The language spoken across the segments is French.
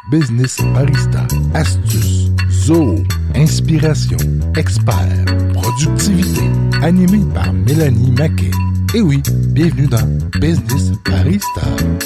business barista, astuces, zoo, inspiration, expert, productivité, animé par Mélanie Maquet. Et oui, bienvenue dans Business Barista.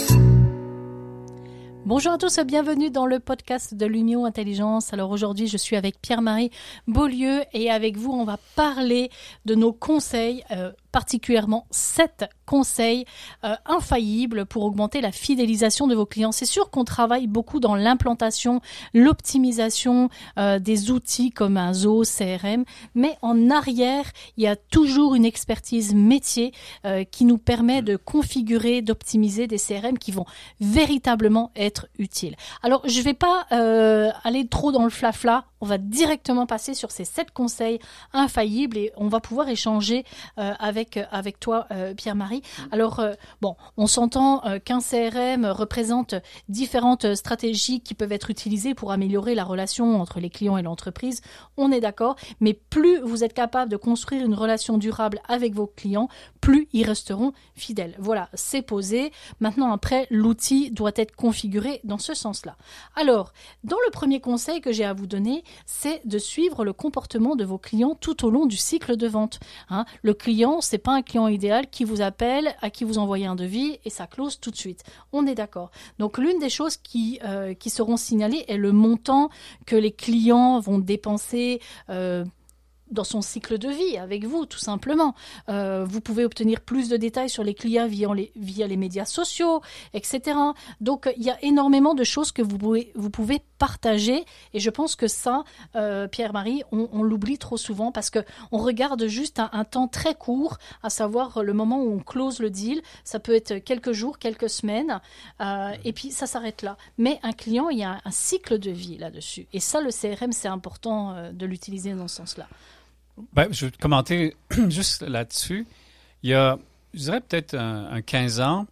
Bonjour à tous et bienvenue dans le podcast de l'Union Intelligence. Alors aujourd'hui, je suis avec Pierre-Marie Beaulieu et avec vous, on va parler de nos conseils, particulièrement 7 conseils infaillibles pour augmenter la fidélisation de vos clients. C'est sûr qu'on travaille beaucoup dans l'implantation, l'optimisation des outils comme un Zoho CRM, mais en arrière, il y a toujours une expertise métier qui nous permet de configurer, d'optimiser des CRM qui vont véritablement être utiles. Alors, je ne vais pas aller trop dans le flafla, on va directement passer sur ces 7 conseils infaillibles et on va pouvoir échanger avec toi, Pierre-Marie. Alors, on s'entend qu'un CRM représente différentes stratégies qui peuvent être utilisées pour améliorer la relation entre les clients et l'entreprise. On est d'accord, mais plus vous êtes capable de construire une relation durable avec vos clients, plus ils resteront fidèles. Voilà, c'est posé. Maintenant, après, l'outil doit être configuré dans ce sens-là. Alors, dans le premier conseil que j'ai à vous donner, c'est de suivre le comportement de vos clients tout au long du cycle de vente. Le client, c'est pas un client idéal qui vous appelle, à qui vous envoyez un devis et ça close tout de suite. On est d'accord. Donc, l'une des choses qui seront signalées est le montant que les clients vont dépenser dans son cycle de vie, avec vous, tout simplement. Vous pouvez obtenir plus de détails sur les clients via les médias sociaux, etc. Donc, il y a énormément de choses que vous pouvez partager. Et je pense que ça, Pierre-Marie, on l'oublie trop souvent parce qu'on regarde juste un temps très court, à savoir le moment où on close le deal. Ça peut être quelques jours, quelques semaines, et puis ça s'arrête là. Mais un client, il y a un cycle de vie là-dessus. Et ça, le CRM, c'est important de l'utiliser dans ce sens-là. Ben, je vais commenter juste là-dessus. Il y a, je dirais peut-être un 15 ans,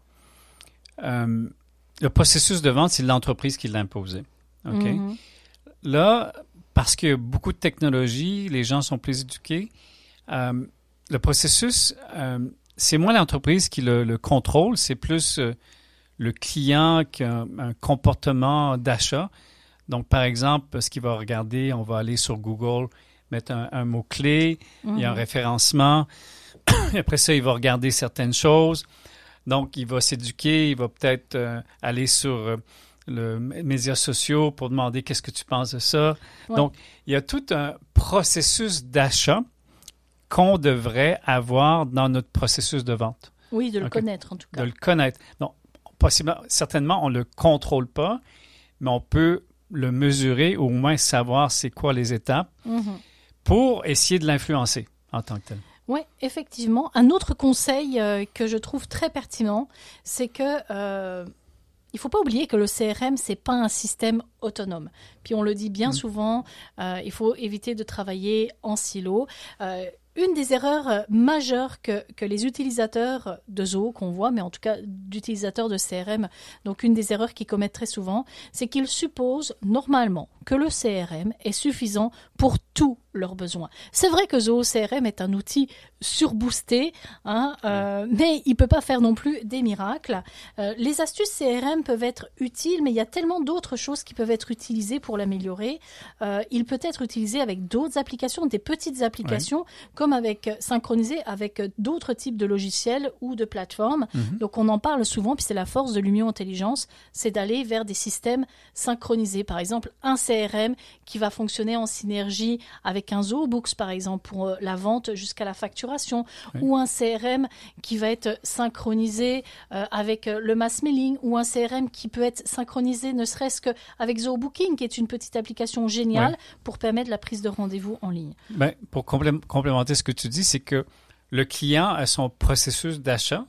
le processus de vente, c'est l'entreprise qui l'a imposé. OK? Mm-hmm. Là, parce qu'il y a beaucoup de technologie, les gens sont plus éduqués, le processus, c'est moins l'entreprise qui le contrôle, c'est plus le client qui a un comportement d'achat. Donc, par exemple, ce qu'il va regarder, on va aller sur Google, mettre un mot-clé, il y a un référencement. Après ça, il va regarder certaines choses. Donc, il va s'éduquer, il va peut-être aller sur les médias sociaux pour demander qu'est-ce que tu penses de ça. Ouais. Donc, il y a tout un processus d'achat qu'on devrait avoir dans notre processus de vente. Oui, de le connaître en tout cas. De le connaître. Donc, certainement, on ne le contrôle pas, mais on peut le mesurer ou au moins savoir c'est quoi les étapes. Pour essayer de l'influencer en tant que tel. Oui, effectivement. Un autre conseil que je trouve très pertinent, c'est que il ne faut pas oublier que le CRM, ce n'est pas un système autonome. Puis on le dit bien souvent, il faut éviter de travailler en silo. Une des erreurs majeures que les utilisateurs de Zoho qu'on voit, mais en tout cas d'utilisateurs de CRM, donc une des erreurs qu'ils commettent très souvent, c'est qu'ils supposent normalement que le CRM est suffisant pour tous leurs besoins. C'est vrai que Zoho CRM est un outil surboosté, mais il ne peut pas faire non plus des miracles. Les astuces CRM peuvent être utiles, mais il y a tellement d'autres choses qui peuvent être utilisées pour l'améliorer. Il peut être utilisé avec d'autres applications, des petites applications, comme synchronisé avec d'autres types de logiciels ou de plateformes. Donc on en parle souvent, puis c'est la force de l'Union Intelligence, c'est d'aller vers des systèmes synchronisés. Par exemple, un CRM qui va fonctionner en synergie avec un Zoho Books, par exemple, pour la vente jusqu'à la facturation, ou un CRM qui va être synchronisé avec le mass mailing, ou un CRM qui peut être synchronisé ne serait-ce qu'avec Zoho Booking, qui est une petite application géniale pour permettre la prise de rendez-vous en ligne. Ben, pour complémenter ce que tu dis, c'est que le client a son processus d'achat,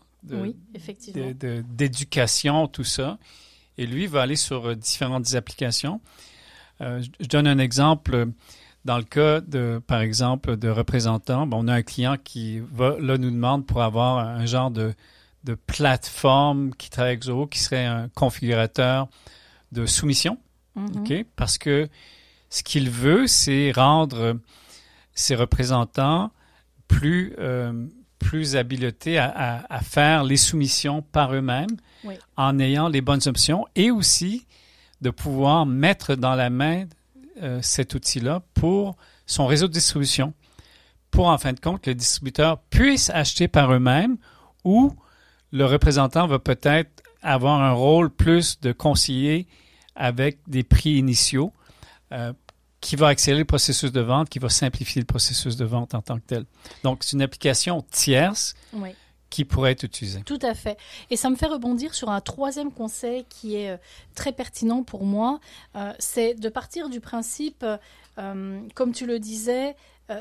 d'éducation, tout ça, et lui va aller sur différentes applications. Je donne un exemple. Dans le cas, par exemple, de représentants, on a un client qui nous demande pour avoir un genre de plateforme qui travaille avec Zoho, qui serait un configurateur de soumission. Okay? Parce que ce qu'il veut, c'est rendre ses représentants plus habilités à faire les soumissions par eux-mêmes en ayant les bonnes options et aussi de pouvoir mettre dans la main cet outil-là pour son réseau de distribution, pour en fin de compte que les distributeurs puissent acheter par eux-mêmes ou le représentant va peut-être avoir un rôle plus de conseiller avec des prix initiaux qui va accélérer le processus de vente, qui va simplifier le processus de vente en tant que tel. Donc, c'est une application tierce qui pourrait être utilisée. Tout à fait. Et ça me fait rebondir sur un troisième conseil qui est très pertinent pour moi. C'est de partir du principe, comme tu le disais,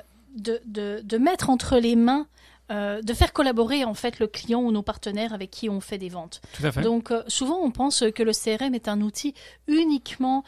de mettre entre les mains, de faire collaborer en fait le client ou nos partenaires avec qui on fait des ventes. Tout à fait. Donc souvent on pense que le CRM est un outil uniquement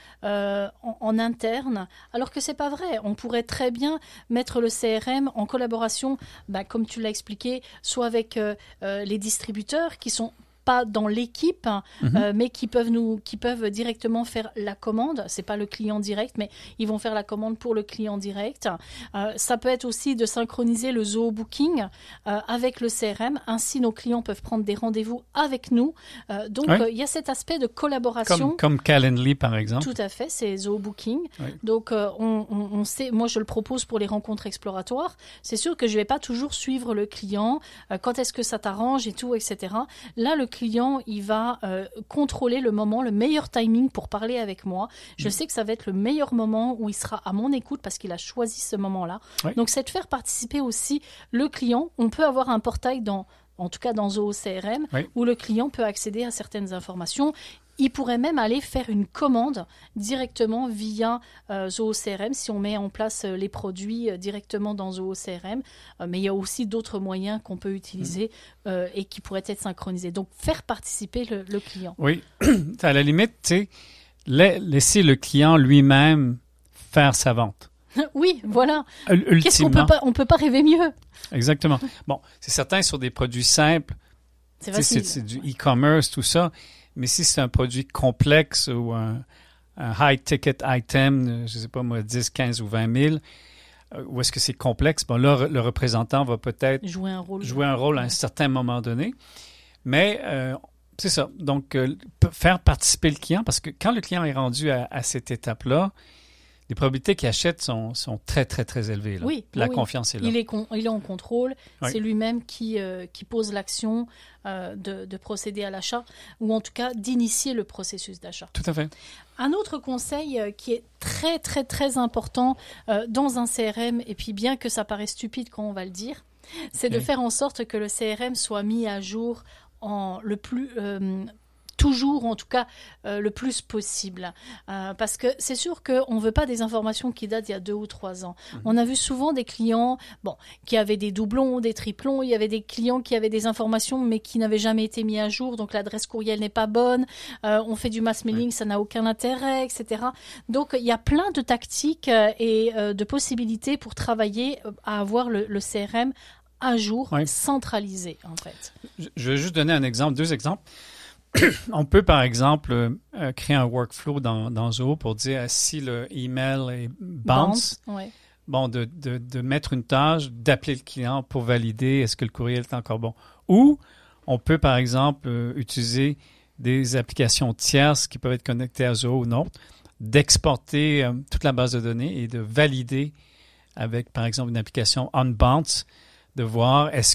en interne, alors que c'est pas vrai. On pourrait très bien mettre le CRM en collaboration, comme tu l'as expliqué, soit avec les distributeurs qui sont pas dans l'équipe, mais qui peuvent directement faire la commande. C'est pas le client direct, mais ils vont faire la commande pour le client direct. Ça peut être aussi de synchroniser le Zoho Booking avec le CRM. Ainsi, nos clients peuvent prendre des rendez-vous avec nous. Donc, il y a cet aspect de collaboration. Comme Calendly, par exemple. Tout à fait, c'est Zoho Booking. Oui. Donc, on sait, moi, je le propose pour les rencontres exploratoires. C'est sûr que je vais pas toujours suivre le client. Quand est-ce que ça t'arrange et tout, etc. Là, le client, il va contrôler le moment, le meilleur timing pour parler avec moi. Je sais que ça va être le meilleur moment où il sera à mon écoute parce qu'il a choisi ce moment-là. Oui. Donc, c'est de faire participer aussi le client. On peut avoir un portail en tout cas dans Zoho CRM, où le client peut accéder à certaines informations. Il pourrait même aller faire une commande directement via Zoho CRM si on met en place les produits directement dans Zoho CRM. Mais il y a aussi d'autres moyens qu'on peut utiliser et qui pourraient être synchronisés. Donc, faire participer le client. Oui. À la limite, tu sais, laisser le client lui-même faire sa vente. Oui, voilà. Ultimement. Qu'est-ce qu'on peut pas rêver mieux? Exactement. Bon, c'est certain sur des produits simples. C'est facile. C'est du e-commerce, tout ça. Mais si c'est un produit complexe ou un high-ticket item, je ne sais pas moi, 10, 15 ou 20 000, où est-ce que c'est complexe, bon là, le représentant va peut-être jouer un rôle à un certain moment donné. Mais c'est ça. Donc, faire participer le client, parce que quand le client est rendu à cette étape-là, les probabilités qu'il achète sont très, très, très élevées. Là. Oui. La confiance est là. Il est en contrôle. Oui. C'est lui-même qui pose l'action de procéder à l'achat ou en tout cas d'initier le processus d'achat. Tout à fait. Un autre conseil qui est très, très, très important dans un CRM, et puis bien que ça paraisse stupide quand on va le dire, c'est de faire en sorte que le CRM soit mis à jour toujours, en tout cas, le plus possible. Parce que c'est sûr qu'on ne veut pas des informations qui datent d'il y a 2 ou 3 ans. On a vu souvent des clients qui avaient des doublons, des triplons. Il y avait des clients qui avaient des informations, mais qui n'avaient jamais été mis à jour. Donc, l'adresse courriel n'est pas bonne. On fait du mass mailing, ça n'a aucun intérêt, etc. Donc, il y a plein de tactiques et de possibilités pour travailler à avoir le CRM à jour, centralisé, en fait. Je vais juste donner 2 exemples. On peut, par exemple, créer un workflow dans Zoho pour dire si le email est bounce, de mettre une tâche, d'appeler le client pour valider est-ce que le courriel est encore bon. Ou on peut, par exemple, utiliser des applications tierces qui peuvent être connectées à Zoho ou non, d'exporter toute la base de données et de valider avec, par exemple, une application Unbounce, de voir est-ce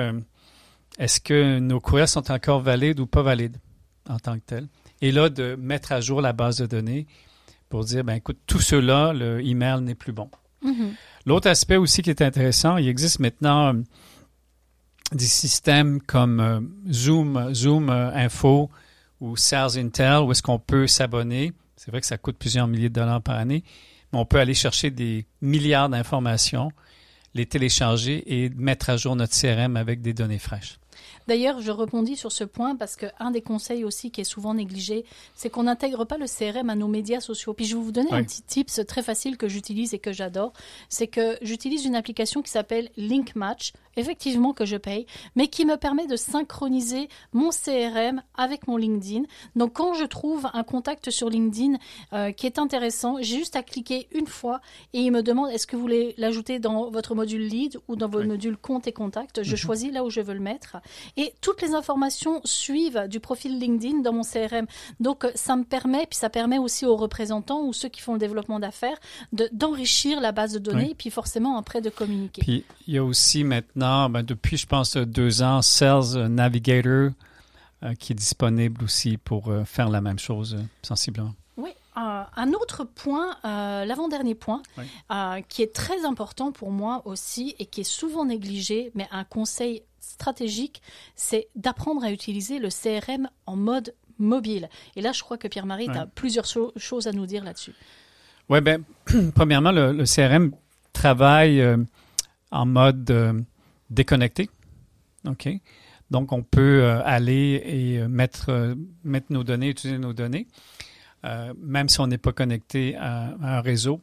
que nos courriels sont encore valides ou pas valides en tant que tel. Et là, de mettre à jour la base de données pour dire, écoute, tout cela, le email n'est plus bon. Mm-hmm. L'autre aspect aussi qui est intéressant, il existe maintenant des systèmes comme Zoom Info ou Sales Intel où est-ce qu'on peut s'abonner. C'est vrai que ça coûte plusieurs milliers de dollars par année, mais on peut aller chercher des milliards d'informations, les télécharger et mettre à jour notre CRM avec des données fraîches. D'ailleurs, je rebondis sur ce point parce qu'un des conseils aussi qui est souvent négligé, c'est qu'on n'intègre pas le CRM à nos médias sociaux. Puis je vais vous donner un petit tips très facile que j'utilise et que j'adore. C'est que j'utilise une application qui s'appelle LinkMatch, effectivement que je paye, mais qui me permet de synchroniser mon CRM avec mon LinkedIn. Donc quand je trouve un contact sur LinkedIn qui est intéressant, j'ai juste à cliquer une fois et il me demande est-ce que vous voulez l'ajouter dans votre module lead ou dans votre module compte et contact. Je choisis là où je veux le mettre. Et toutes les informations suivent du profil LinkedIn dans mon CRM. Donc, ça me permet, puis ça permet aussi aux représentants ou ceux qui font le développement d'affaires d'enrichir la base de données, puis forcément après de communiquer. Puis, il y a aussi maintenant, depuis, je pense, 2 ans, Sales Navigator qui est disponible aussi pour faire la même chose sensiblement. Oui. Un autre point, l'avant-dernier point, qui est très important pour moi aussi et qui est souvent négligé, mais un conseil stratégique, c'est d'apprendre à utiliser le CRM en mode mobile. Et là, je crois que Pierre-Marie, tu as plusieurs choses à nous dire là-dessus. Oui, bien, premièrement, le CRM travaille en mode déconnecté. OK? Donc, on peut aller et mettre nos données, utiliser nos données. Même si on n'est pas connecté à un réseau.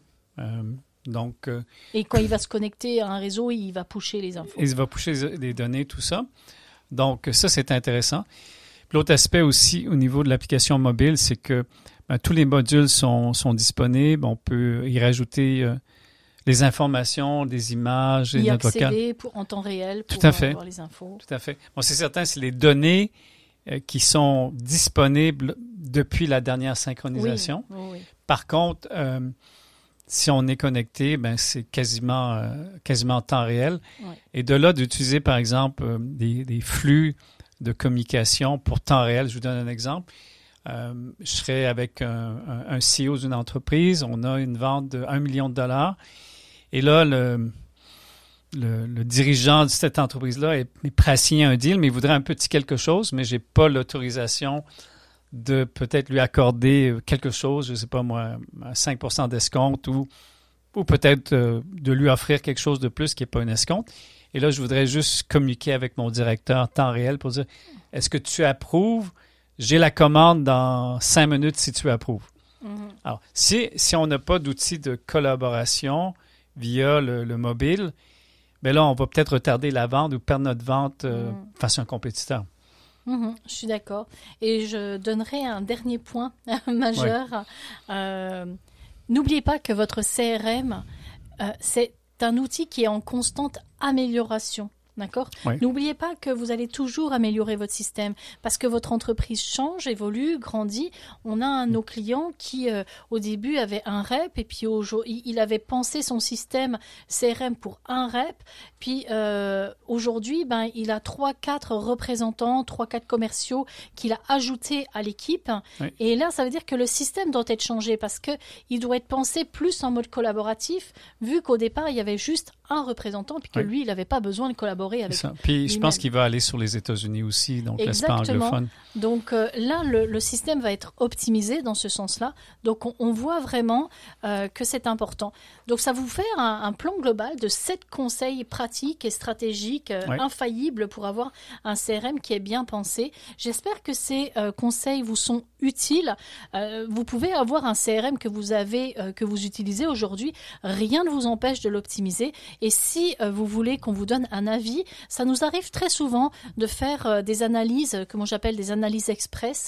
Et quand il va se connecter à un réseau, il va pusher les infos. Il va pusher les données, tout ça. Donc, ça, c'est intéressant. Puis l'autre aspect aussi, au niveau de l'application mobile, c'est que tous les modules sont disponibles. On peut y rajouter les informations, des images. Y accéder en temps réel pour avoir les infos. Tout à fait. Bon, c'est certain, c'est les données qui sont disponibles depuis la dernière synchronisation. Oui. Par contre, si on est connecté, c'est quasiment en temps réel. Oui. Et de là, d'utiliser, par exemple, des flux de communication pour temps réel. Je vous donne un exemple. Je serais avec un CEO d'une entreprise. On a une vente de 1 million de dollars. Et là, le dirigeant de cette entreprise-là est prêt à signer un deal, mais il voudrait un petit quelque chose, mais je n'ai pas l'autorisation de peut-être lui accorder quelque chose, je ne sais pas moi, 5% d'escompte ou peut-être de lui offrir quelque chose de plus qui n'est pas une escompte. Et là, je voudrais juste communiquer avec mon directeur en temps réel pour dire, est-ce que tu approuves? J'ai la commande dans 5 minutes si tu approuves. Mm-hmm. Alors, si on n'a pas d'outil de collaboration via le mobile, bien là, on va peut-être retarder la vente ou perdre notre vente face à un compétiteur. Je suis d'accord. Et je donnerai un dernier point majeur. N'oubliez pas que votre CRM, c'est un outil qui est en constante amélioration. D'accord ? Oui. N'oubliez pas que vous allez toujours améliorer votre système parce que votre entreprise change, évolue, grandit. On a un de nos clients qui, au début, avait un rep et puis il avait pensé son système CRM pour un rep. Puis aujourd'hui, il a 3-4 représentants, 3-4 commerciaux qu'il a ajoutés à l'équipe. Oui. Et là, ça veut dire que le système doit être changé parce qu'il doit être pensé plus en mode collaboratif vu qu'au départ, il y avait juste un représentant puis que lui, il n'avait pas besoin de collaborer avec ça. Puis je pense qu'il va aller sur les États-Unis aussi, donc l'espace anglophone. Donc là, le système va être optimisé dans ce sens-là. Donc on voit vraiment que c'est important. Donc ça vous fait un plan global de 7 conseils pratiques et stratégiques infaillibles pour avoir un CRM qui est bien pensé. J'espère que ces conseils vous sont utiles. Vous pouvez avoir un CRM que vous utilisez aujourd'hui. Rien ne vous empêche de l'optimiser. Et si vous voulez qu'on vous donne un avis, ça nous arrive très souvent de faire des analyses, que moi j'appelle des analyses express,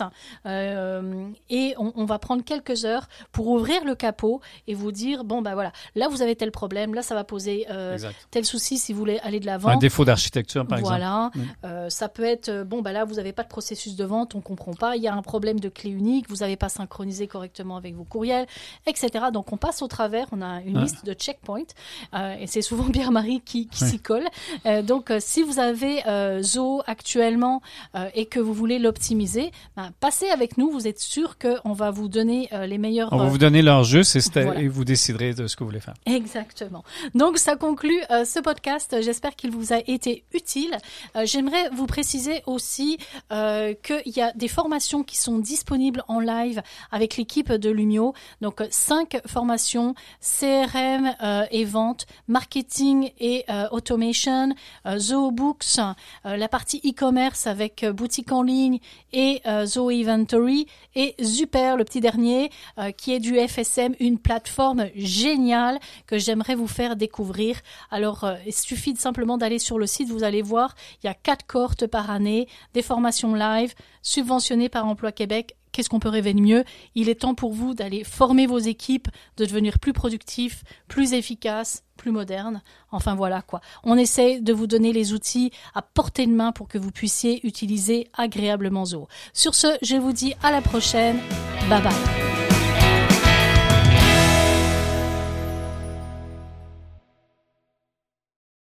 et on va prendre quelques heures pour ouvrir le capot et vous dire, voilà, là vous avez tel problème, là ça va poser tel souci si vous voulez aller de l'avant. Un défaut d'architecture par exemple. Voilà, ça peut être, là vous n'avez pas de processus de vente, on ne comprend pas, il y a un problème de clé unique, vous n'avez pas synchronisé correctement avec vos courriels, etc. Donc on passe au travers, on a une liste de checkpoints, et c'est souvent Pierre-Marie qui s'y colle. Donc, si vous avez Zoho actuellement et que vous voulez l'optimiser, passez avec nous. Vous êtes sûr qu'on va vous donner les meilleurs... On va vous donner l'heure juste et vous déciderez de ce que vous voulez faire. Exactement. Donc, ça conclut ce podcast. J'espère qu'il vous a été utile. J'aimerais vous préciser aussi qu'il y a des formations qui sont disponibles en live avec l'équipe de Lumio. Donc, 5 formations, CRM et vente, marketing et automation, Zoho Books, la partie e-commerce avec boutique en ligne et Zoho Inventory, et Super, le petit dernier, qui est du FSM, une plateforme géniale que j'aimerais vous faire découvrir. Alors, il suffit simplement d'aller sur le site, vous allez voir, il y a 4 cohortes par année, des formations live, subventionnées par Emploi Québec, qu'est-ce qu'on peut rêver de mieux? Il est temps pour vous d'aller former vos équipes, de devenir plus productifs, plus efficaces, plus modernes. Enfin voilà quoi. On essaie de vous donner les outils à portée de main pour que vous puissiez utiliser agréablement Zoho. Sur ce, je vous dis à la prochaine. Bye bye.